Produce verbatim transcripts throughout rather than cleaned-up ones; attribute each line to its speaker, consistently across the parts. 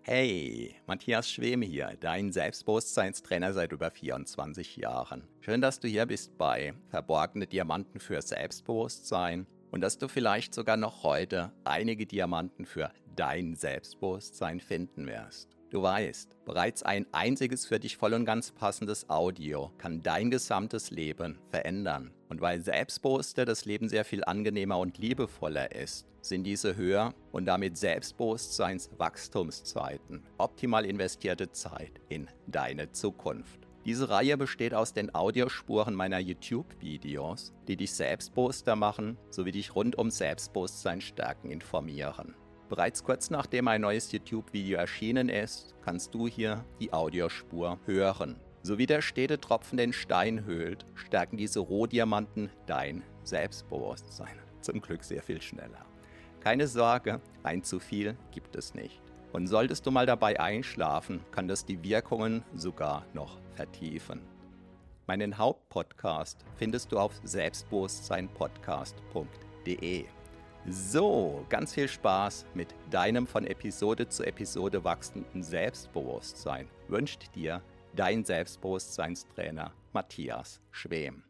Speaker 1: Hey, Matthias Schwem hier, dein Selbstbewusstseinstrainer seit über vierundzwanzig Jahren. Schön, dass du hier bist bei Verborgene Diamanten für Selbstbewusstsein und dass du vielleicht sogar noch heute einige Diamanten für dein Selbstbewusstsein finden wirst. Du weißt, bereits ein einziges für dich voll und ganz passendes Audio kann dein gesamtes Leben verändern. Und weil Selbstbewusster das Leben sehr viel angenehmer und liebevoller ist, sind diese Höher- und damit Selbstbewusstseinswachstumszeiten optimal investierte Zeit in deine Zukunft. Diese Reihe besteht aus den Audiospuren meiner YouTube-Videos, die dich selbstbewusster machen, sowie dich rund um Selbstbewusstsein stärken informieren. Bereits kurz nachdem ein neues YouTube-Video erschienen ist, kannst du hier die Audiospur hören. So wie der stete Tropfen den Stein höhlt, stärken diese Rohdiamanten dein Selbstbewusstsein. Zum Glück sehr viel schneller. Keine Sorge, ein zu viel gibt es nicht. Und solltest du mal dabei einschlafen, kann das die Wirkungen sogar noch vertiefen. Meinen Hauptpodcast findest du auf selbstbewusstsein podcast punkt de. So, ganz viel Spaß mit deinem von Episode zu Episode wachsenden Selbstbewusstsein wünscht dir dein Selbstbewusstseinstrainer Matthias Schwem.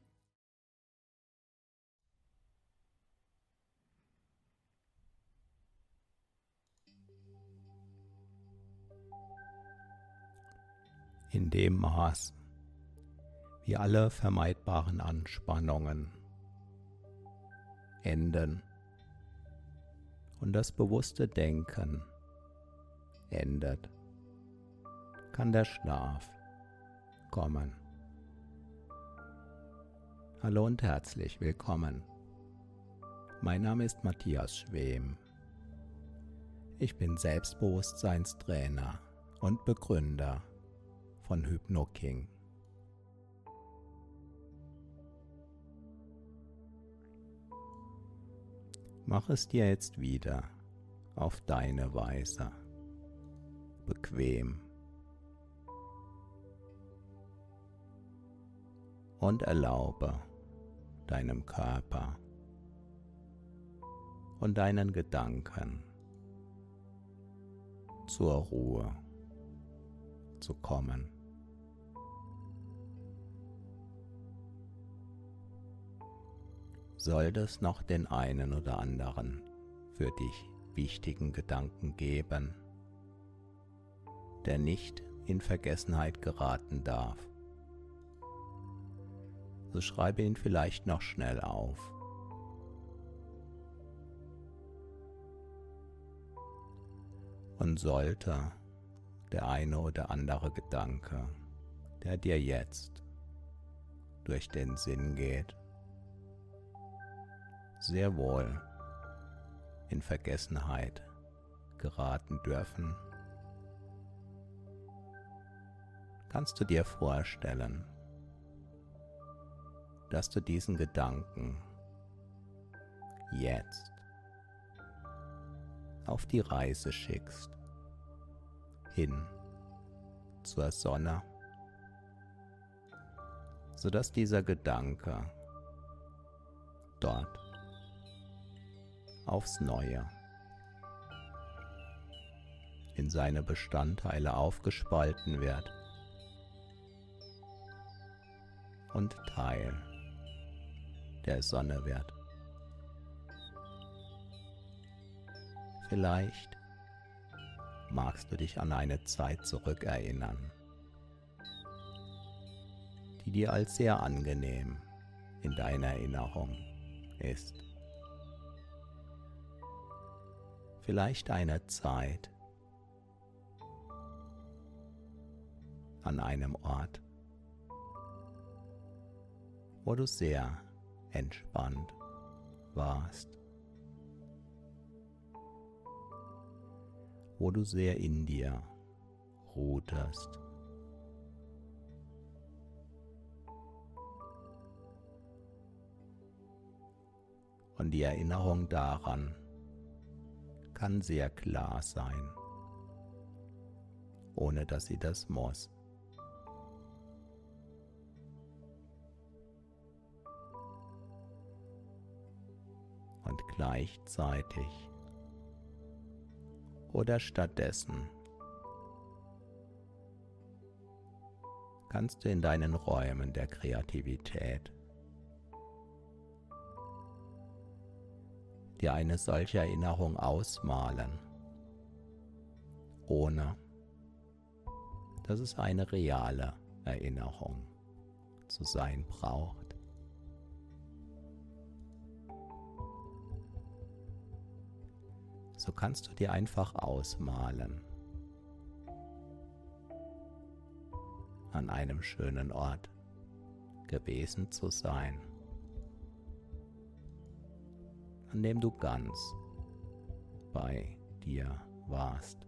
Speaker 1: In dem Maß, wie alle vermeidbaren Anspannungen enden und das bewusste Denken endet, kann der Schlaf kommen. Hallo und herzlich willkommen. Mein Name ist Matthias Schwem. Ich bin Selbstbewusstseinstrainer und Begründer von HypnoKing. Mach es dir jetzt wieder auf deine Weise bequem und erlaube deinem Körper und deinen Gedanken zur Ruhe zu kommen. Sollte es noch den einen oder anderen für dich wichtigen Gedanken geben, der nicht in Vergessenheit geraten darf, so schreibe ihn vielleicht noch schnell auf. Und sollte der eine oder andere Gedanke, der dir jetzt durch den Sinn geht, sehr wohl in Vergessenheit geraten dürfen, kannst du dir vorstellen, dass du diesen Gedanken jetzt auf die Reise schickst, hin zur Sonne, sodass dieser Gedanke dort aufs Neue in seine Bestandteile aufgespalten wird und Teil der Sonne wird. Vielleicht magst du dich an eine Zeit zurückerinnern, die dir als sehr angenehm in deiner Erinnerung ist. Vielleicht eine Zeit an einem Ort, wo du sehr entspannt warst, wo du sehr in dir ruhtest. Und die Erinnerung daran kann sehr klar sein, ohne dass sie das muss. Und gleichzeitig oder stattdessen kannst du in deinen Räumen der Kreativität dir eine solche Erinnerung ausmalen, ohne dass es eine reale Erinnerung zu sein braucht. So kannst du dir einfach ausmalen, an einem schönen Ort gewesen zu sein, an dem du ganz bei dir warst,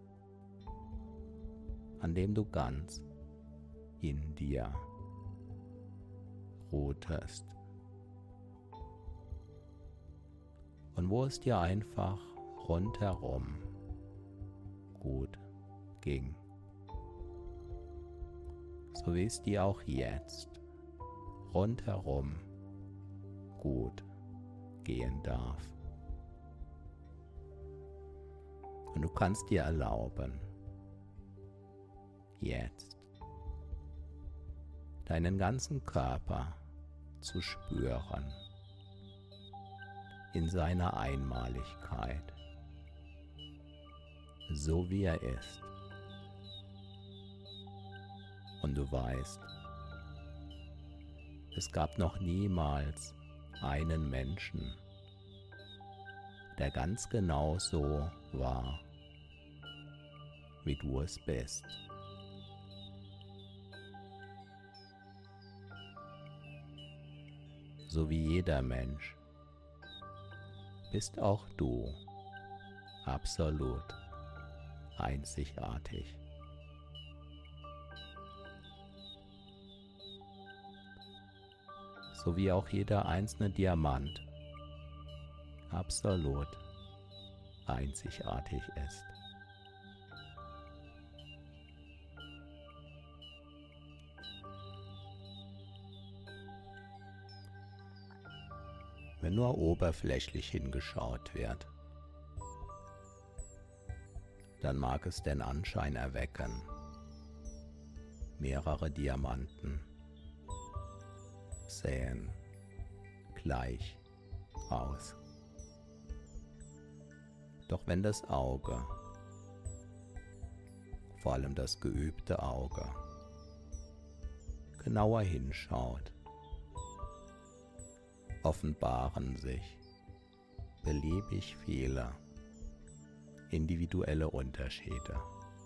Speaker 1: an dem du ganz in dir ruhtest und wo es dir einfach rundherum gut ging, so wie es dir auch jetzt rundherum gut gehen darf. Und du kannst dir erlauben, jetzt deinen ganzen Körper zu spüren in seiner Einmaligkeit, so wie er ist. Und du weißt, es gab noch niemals einen Menschen, der ganz genau so war, wie du es bist. So wie jeder Mensch bist auch du absolut einzigartig. So wie auch jeder einzelne Diamant absolut einzigartig ist. Wenn nur oberflächlich hingeschaut wird, dann mag es den Anschein erwecken, mehrere Diamanten sehen gleich aus. Doch wenn das Auge, vor allem das geübte Auge, genauer hinschaut, offenbaren sich beliebig viele individuelle Unterschiede.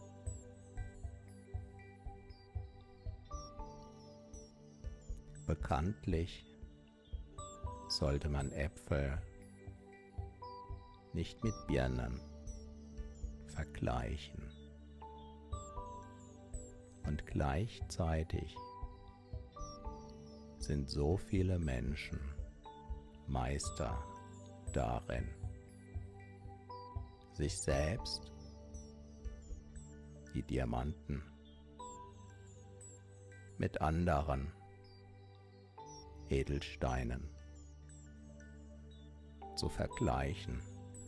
Speaker 1: Bekanntlich sollte man Äpfel nicht mit Birnen vergleichen. Und gleichzeitig sind so viele Menschen Meister darin, sich selbst, die Diamanten, mit anderen Edelsteinen zu vergleichen.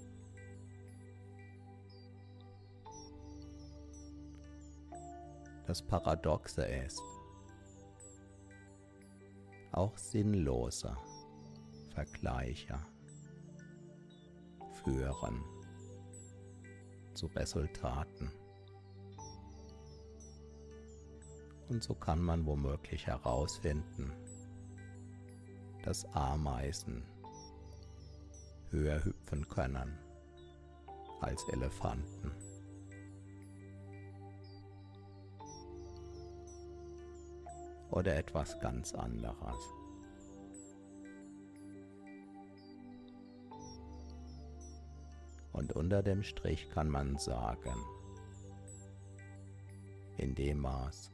Speaker 1: Das Paradoxe ist, auch sinnlose Vergleiche führen zu Resultaten. Und so kann man womöglich herausfinden, dass Ameisen höher hüpfen können als Elefanten. Oder etwas ganz anderes. Und unter dem Strich kann man sagen, in dem Maß,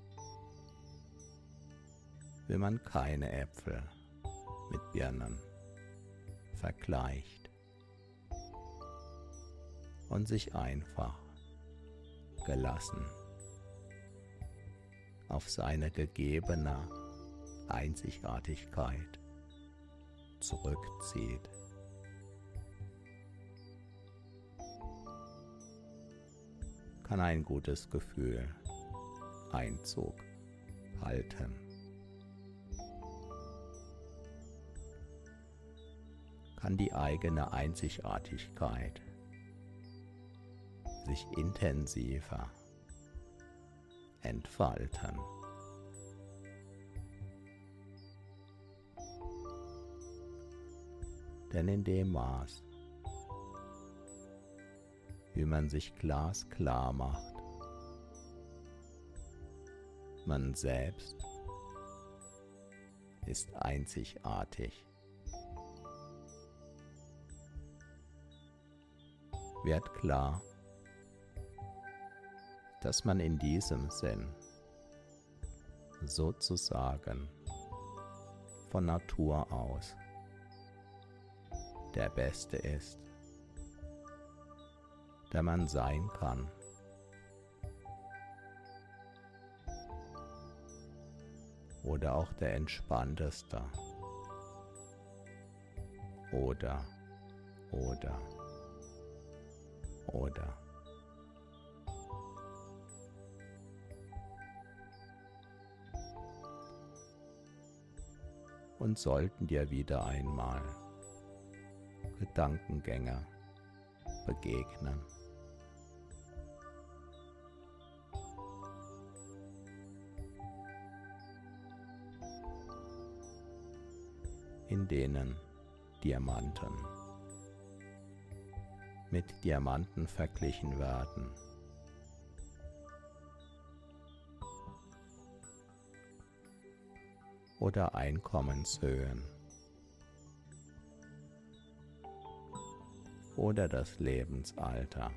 Speaker 1: wie man keine Äpfel mit Birnen vergleicht und sich einfach gelassen auf seine gegebene Einzigartigkeit zurückzieht. Kann ein gutes Gefühl Einzug halten. Kann die eigene Einzigartigkeit sich intensiver entfalten. Denn in dem Maß, wie man sich glasklar macht, man selbst ist einzigartig, wird klar, dass man in diesem Sinn sozusagen von Natur aus der Beste ist, der man sein kann. Oder auch der Entspannteste. Oder, oder, oder. Und sollten dir wieder einmal Gedankengänge begegnen, in denen Diamanten mit Diamanten verglichen werden, oder Einkommenshöhen oder das Lebensalter.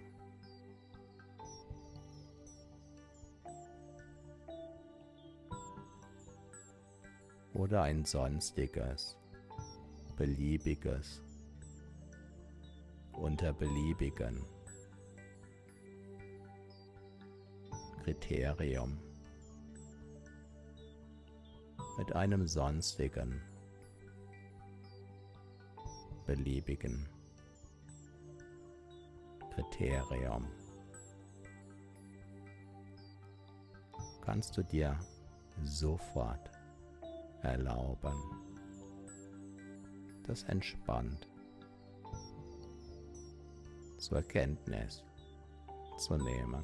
Speaker 1: Oder ein sonstiges, beliebiges, unter beliebigen Kriterium mit einem sonstigen, beliebigen Kriterium kannst du dir sofort erlauben, das entspannt zur Kenntnis zu nehmen,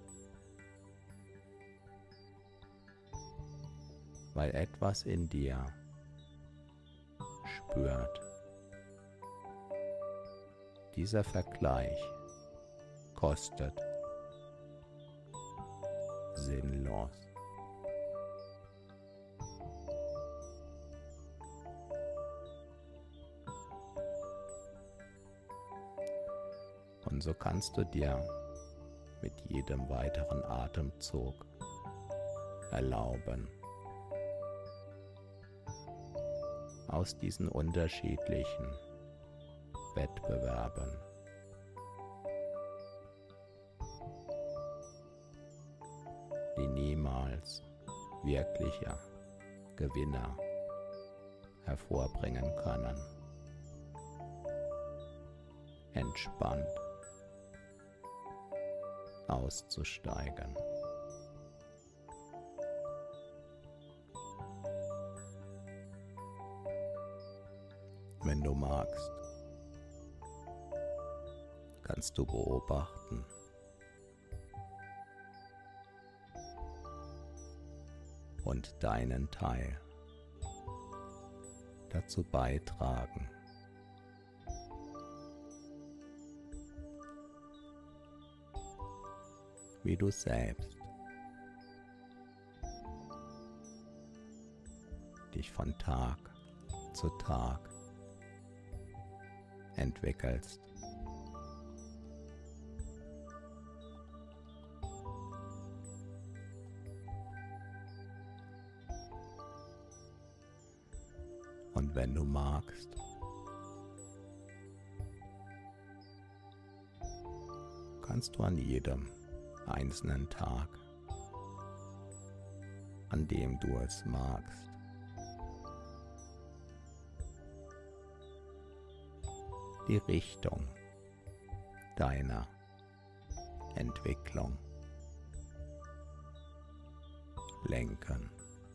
Speaker 1: weil etwas in dir spürt, dieser Vergleich kostet sinnlos. Und so kannst du dir mit jedem weiteren Atemzug erlauben, aus diesen unterschiedlichen Wettbewerben die niemals wirkliche Gewinner hervorbringen können, entspannt auszusteigen. Wenn du magst, kannst du beobachten, und deinen Teil dazu beitragen, wie du selbst dich von Tag zu Tag entwickelst. Und wenn du magst, kannst du an jedem einzelnen Tag, an dem du es magst, die Richtung deiner Entwicklung lenken.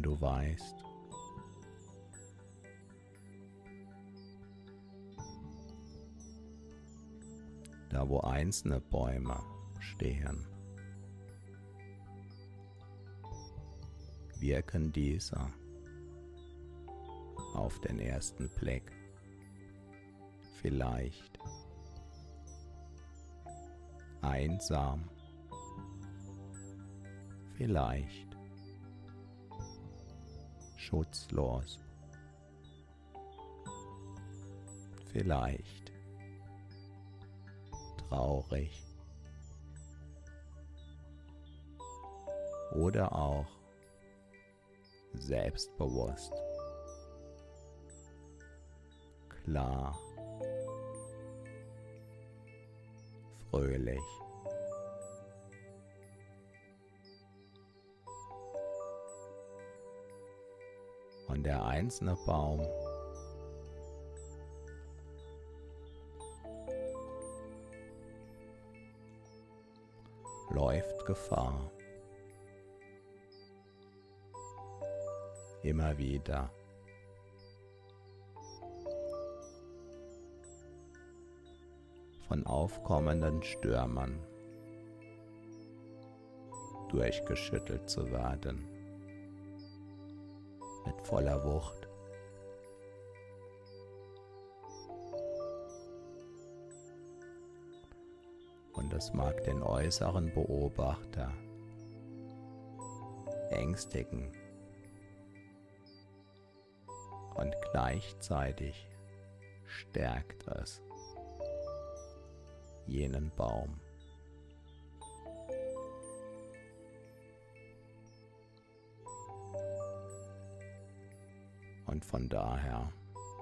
Speaker 1: Und du weißt, da wo einzelne Bäume stehen, wirken diese auf den ersten Blick vielleicht einsam, vielleicht schutzlos, vielleicht traurig oder auch selbstbewusst, klar, fröhlich. Und der einzelne Baum läuft Gefahr, immer wieder von aufkommenden Stürmen durchgeschüttelt zu werden, mit voller Wucht. Und es mag den äußeren Beobachter ängstigen und gleichzeitig stärkt es jenen Baum. Und von daher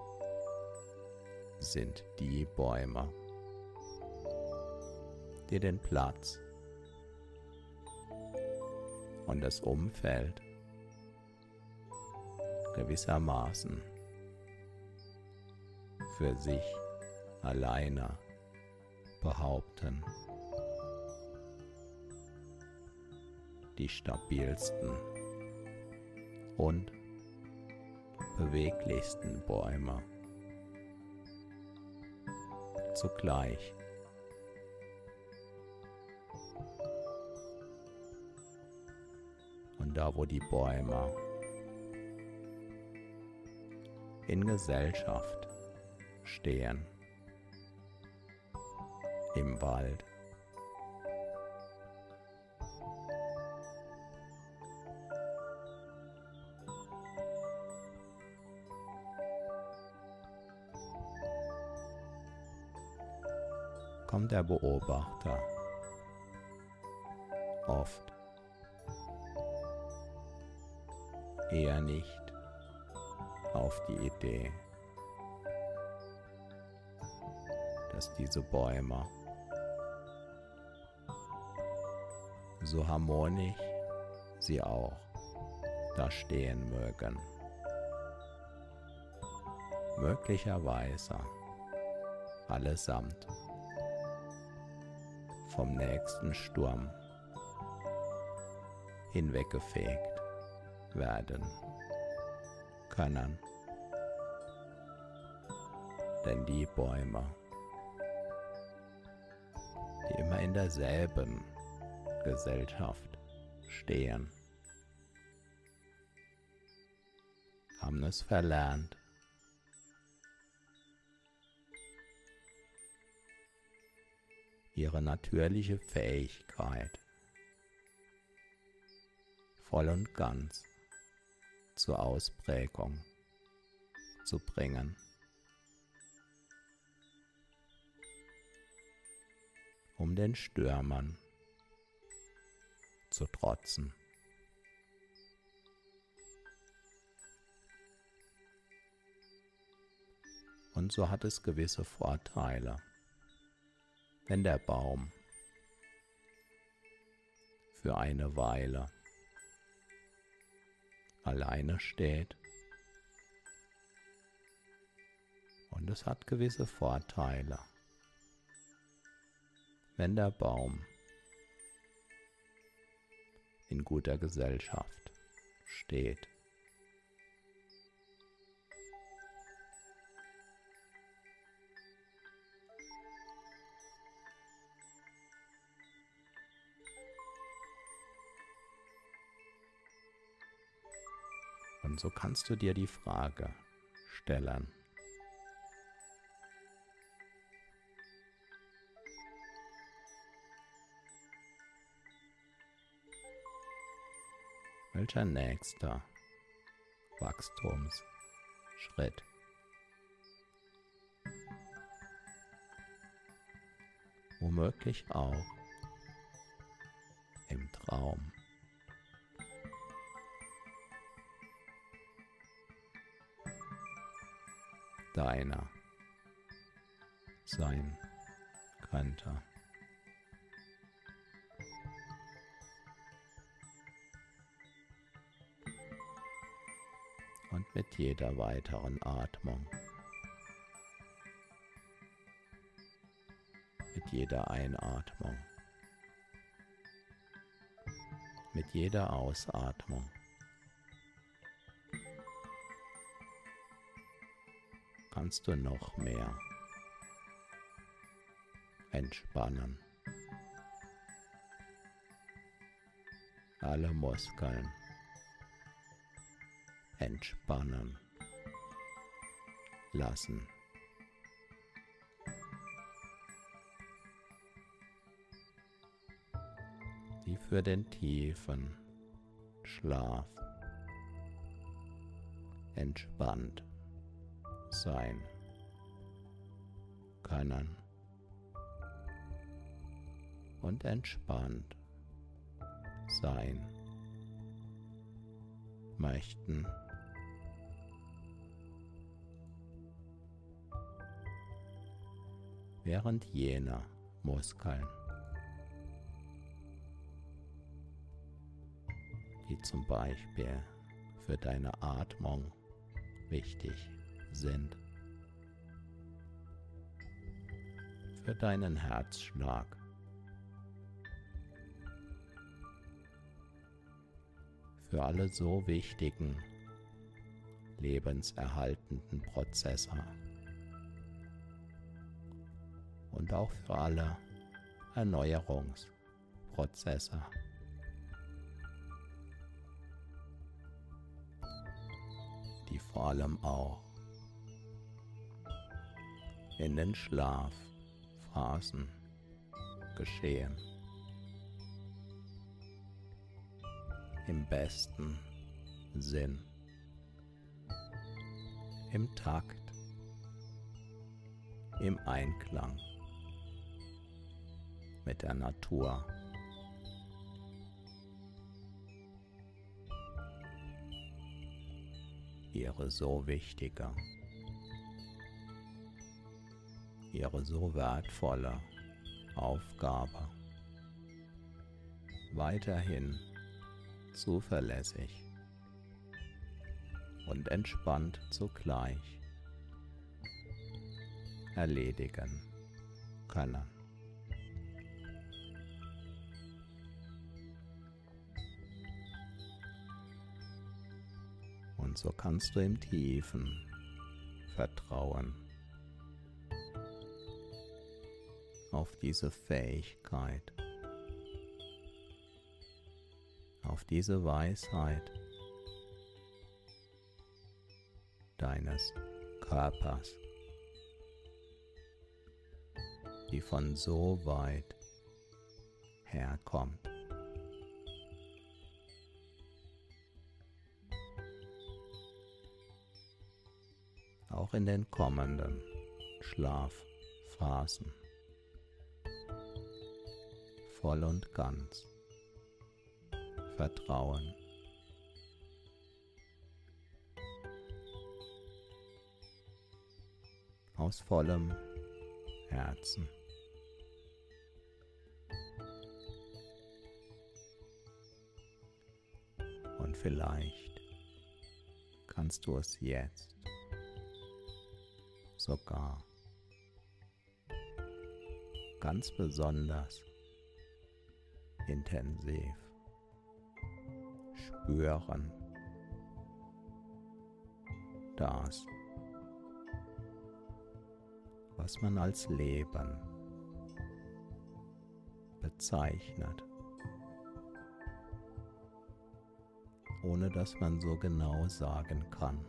Speaker 1: sind die Bäume, die den Platz und das Umfeld gewissermaßen für sich alleine behaupten, die stabilsten und beweglichsten Bäume zugleich. Und da, wo die Bäume in Gesellschaft stehen, im Wald, kommt der Beobachter oft eher nicht auf die Idee, dass diese Bäume, so harmonisch sie auch da stehen mögen, möglicherweise allesamt vom nächsten Sturm hinweggefegt werden können. Denn die Bäume, die immer in derselben Gesellschaft stehen, haben es verlernt, ihre natürliche Fähigkeit voll und ganz zur Ausprägung zu bringen. Um den Stürmern zu trotzen. Und so hat es gewisse Vorteile, wenn der Baum für eine Weile alleine steht. Und es hat gewisse Vorteile, wenn der Baum in guter Gesellschaft steht. Und so kannst du dir die Frage stellen: Welcher nächste Wachstumsschritt womöglich auch im Traum deiner sein könnte. Und mit jeder weiteren Atmung, mit jeder Einatmung, mit jeder Ausatmung kannst du noch mehr entspannen. Alle Muskeln entspannen lassen. Die für den tiefen Schlaf entspannt sein können und entspannt sein möchten. Während jener Muskeln, die zum Beispiel für deine Atmung wichtig sind, für deinen Herzschlag, für alle so wichtigen lebenserhaltenden Prozesse und auch für alle Erneuerungsprozesse. Die vor allem auch in den Schlafphasen geschehen. Im besten Sinn, im Takt, im Einklang mit der Natur. Ihre so wichtige, ihre so wertvolle Aufgabe weiterhin zuverlässig und entspannt zugleich erledigen können. Und so kannst du im tiefen Vertrauen auf diese Fähigkeit, auf diese Weisheit deines Körpers, die von so weit herkommt, auch in den kommenden Schlafphasen voll und ganz vertrauen. Aus vollem Herzen. Und vielleicht kannst du es jetzt sogar ganz besonders intensiv spüren, das, was man als Leben bezeichnet, ohne dass man so genau sagen kann,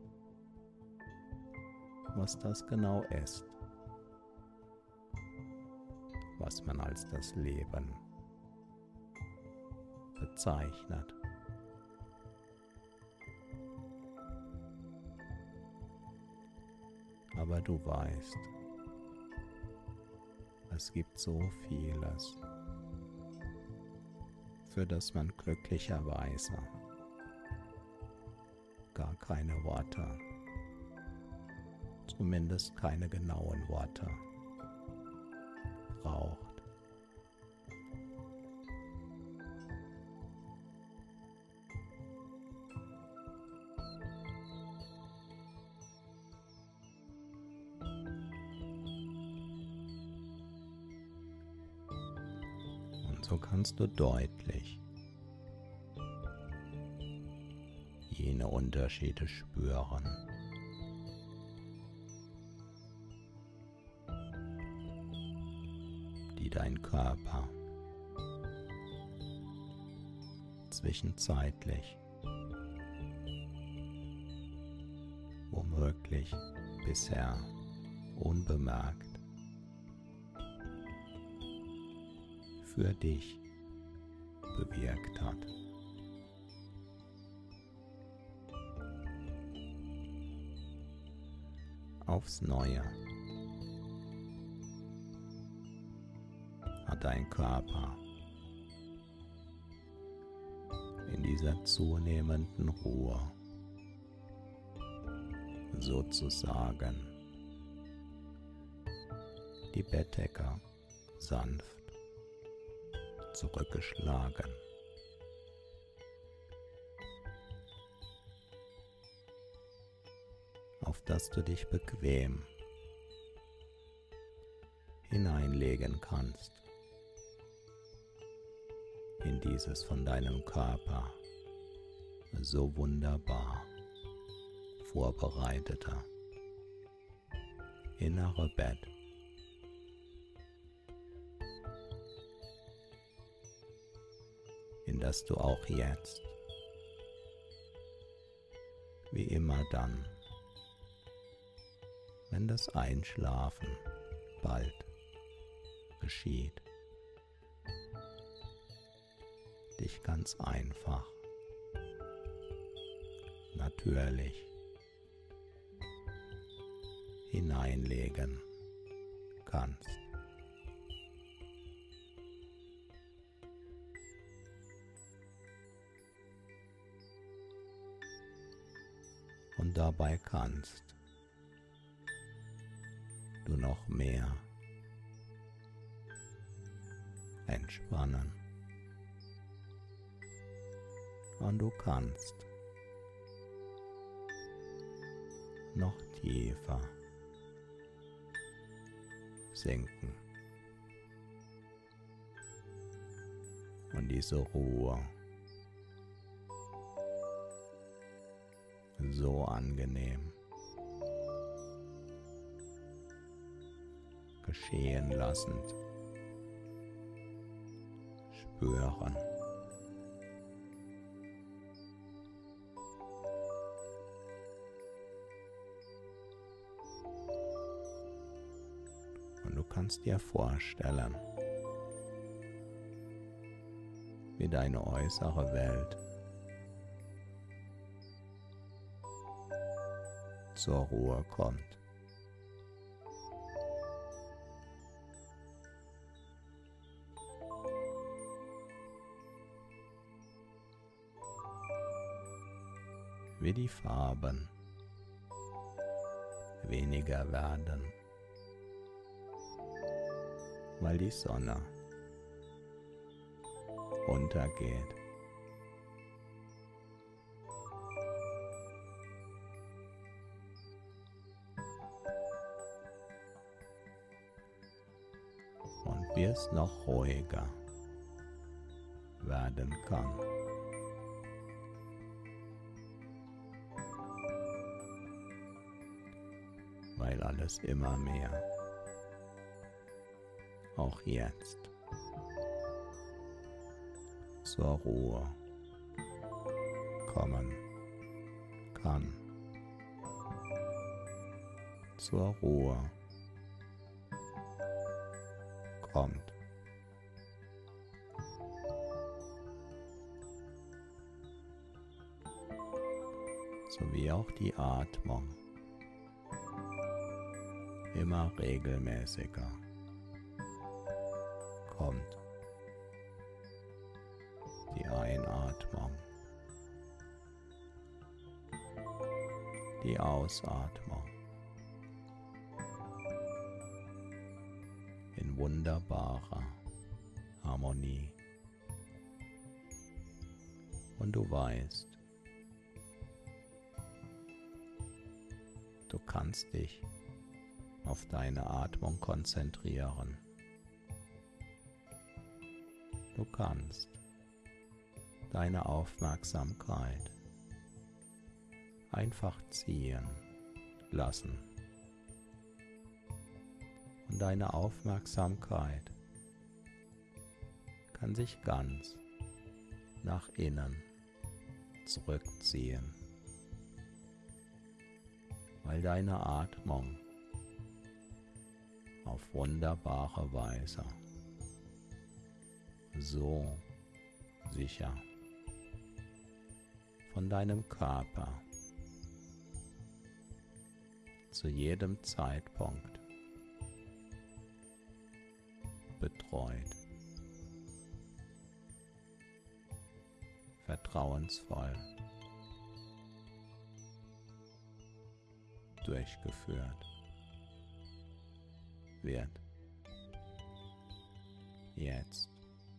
Speaker 1: was das genau ist, was man als das Leben bezeichnet. Aber du weißt, es gibt so vieles, für das man glücklicherweise gar keine Worte, zumindest keine genauen Worte, braucht. Und so kannst du deutlich jene Unterschiede spüren, die dein Körper zwischenzeitlich womöglich bisher unbemerkt für dich bewirkt hat. Aufs Neue hat dein Körper in dieser zunehmenden Ruhe sozusagen die Bettdecke sanft zurückgeschlagen. Auf das du dich bequem hineinlegen kannst in dieses von deinem Körper so wunderbar vorbereitete innere Bett. In das du auch jetzt, wie immer dann, wenn das Einschlafen bald geschieht, dich ganz einfach, natürlich hineinlegen kannst. Und dabei kannst du noch mehr entspannen. Und du kannst noch tiefer sinken und diese Ruhe so angenehm geschehen lassend spüren. Und du kannst dir vorstellen, wie deine äußere Welt zur Ruhe kommt. Wie die Farben weniger werden, weil die Sonne untergeht. Und wie es noch ruhiger werden kann. Weil alles immer mehr, auch jetzt, zur Ruhe kommen kann, zur Ruhe kommt. Sowie auch die Atmung immer regelmäßiger kommt. Die Einatmung, die Ausatmung in wunderbarer Harmonie. Und du weißt, du kannst dich auf deine Atmung konzentrieren. Du kannst deine Aufmerksamkeit einfach ziehen lassen. Und deine Aufmerksamkeit kann sich ganz nach innen zurückziehen, weil deine Atmung auf wunderbare Weise so sicher von deinem Körper zu jedem Zeitpunkt betreut, vertrauensvoll durchgeführt wird. Jetzt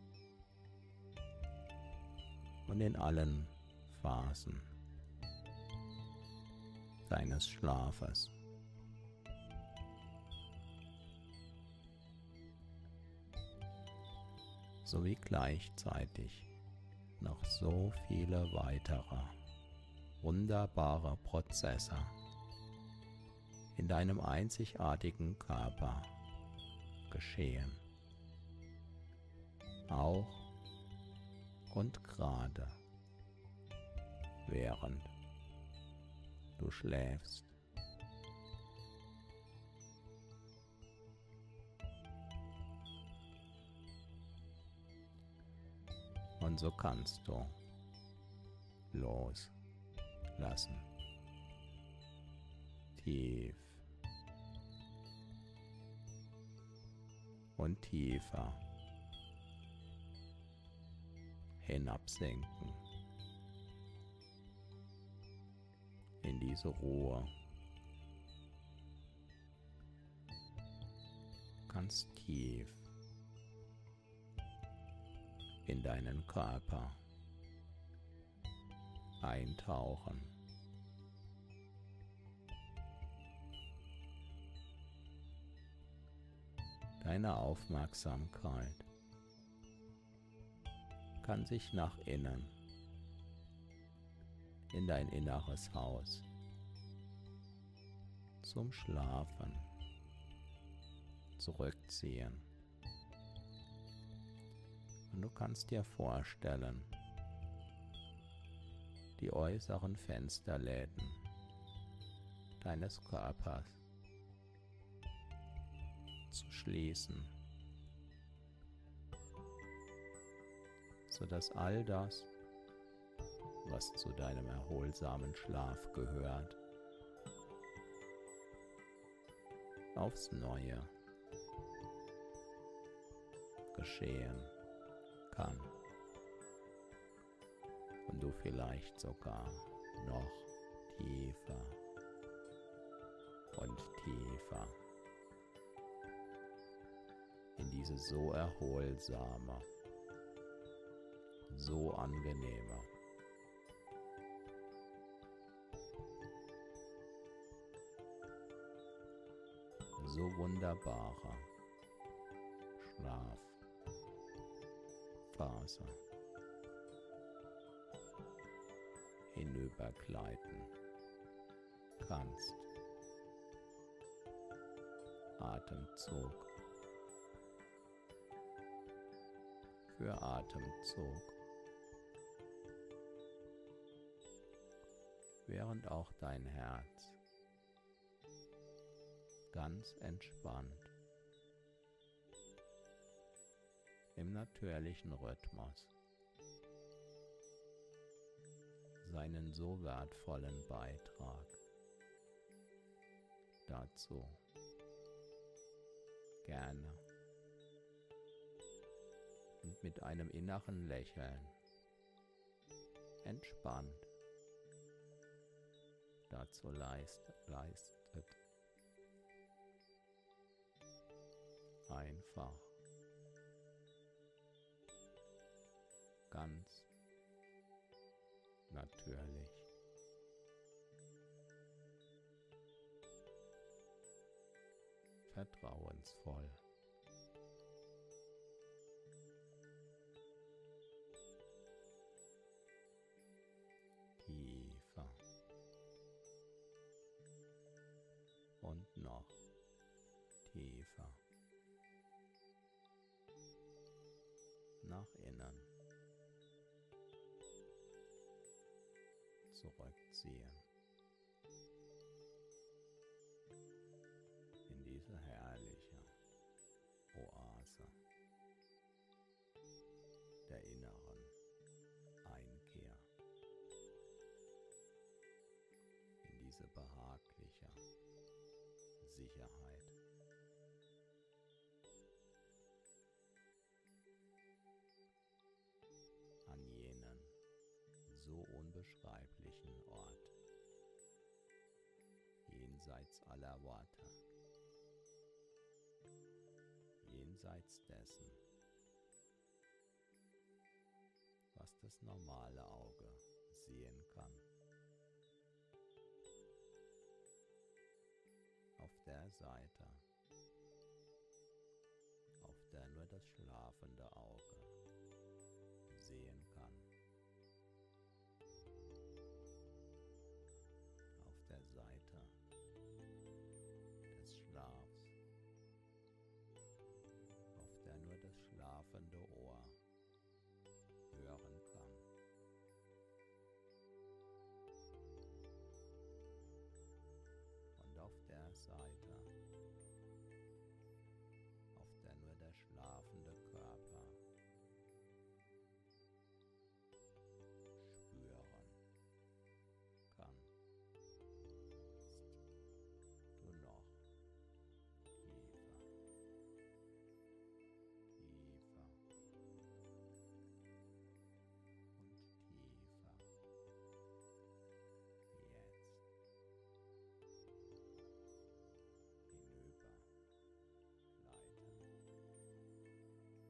Speaker 1: und in allen Phasen deines Schlafes. Sowie gleichzeitig noch so viele weitere wunderbare Prozesse in deinem einzigartigen Körper geschehen. Auch und gerade während du schläfst. Und so kannst du loslassen. Tief und tiefer hinabsinken in diese Ruhe. Ganz tief in deinen Körper eintauchen. Deine Aufmerksamkeit kann sich nach innen, in dein inneres Haus, zum Schlafen zurückziehen. Und du kannst dir vorstellen, die äußeren Fensterläden deines Körpers zu schließen, sodass all das, was zu deinem erholsamen Schlaf gehört, aufs Neue geschehen kann und du vielleicht sogar noch tiefer und tiefer in diese so erholsame, so angenehme, so wunderbare Schlafphase hinübergleiten kannst. Atemzug für Atemzug während auch dein Herz ganz entspannt im natürlichen Rhythmus seinen so wertvollen Beitrag dazu gerne und mit einem inneren Lächeln entspannt dazu leist, leistet. Einfach ganz natürlich vertrauensvoll tiefer und noch tiefer nach innen zurückziehen in diese herrliche Oase der inneren Einkehr, in diese behagliche Sicherheit. An jenen so unbeschreiblichen Ort, jenseits aller Worte, jenseits dessen, was das normale Auge sehen kann. Auf der Seite, auf der nur das schlafende Auge sehen kann. Auf der Seite des Schlafs, auf der nur das schlafende Ohr hören kann. Und auf der Seite, auf der nur der schlafende Körper spüren kann. Du noch tiefer, tiefer und tiefer. Jetzt hinüber gleiten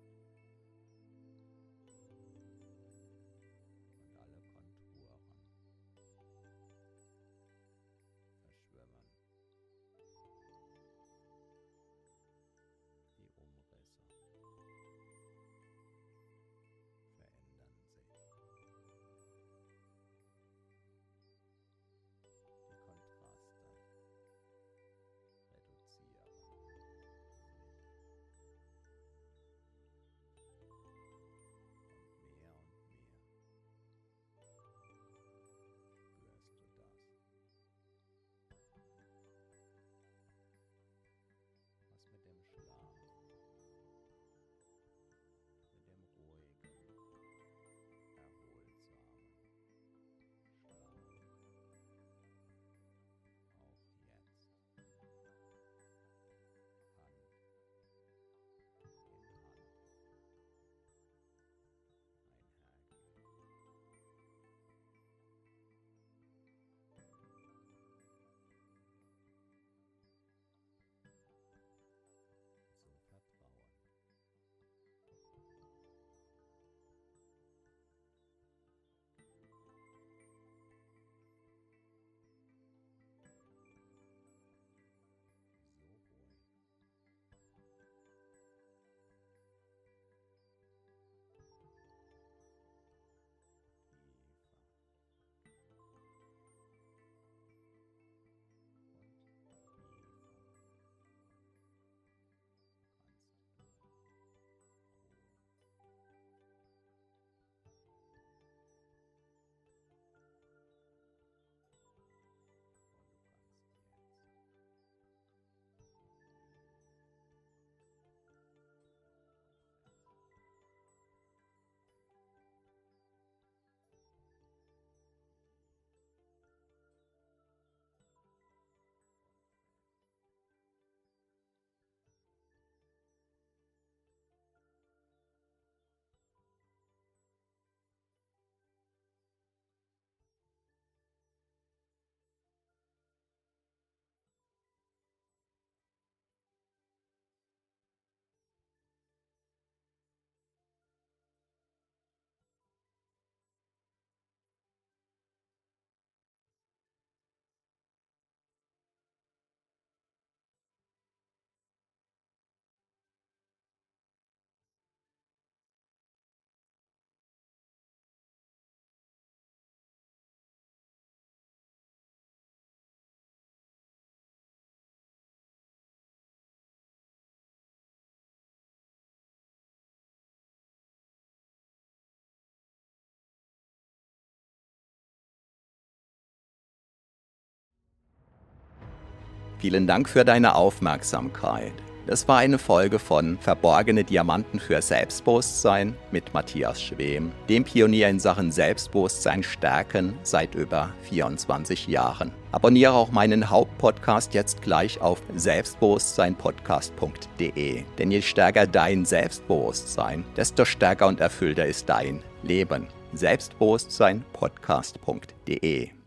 Speaker 1: Vielen Dank für deine Aufmerksamkeit. Das war eine Folge von Verborgene Diamanten für Selbstbewusstsein mit Matthias Schwem, dem Pionier in Sachen Selbstbewusstsein stärken seit über vierundzwanzig Jahren. Abonniere auch meinen Hauptpodcast jetzt gleich auf selbstbewusstsein podcast punkt de, denn je stärker dein Selbstbewusstsein, desto stärker und erfüllter ist dein Leben. selbstbewusstsein podcast punkt de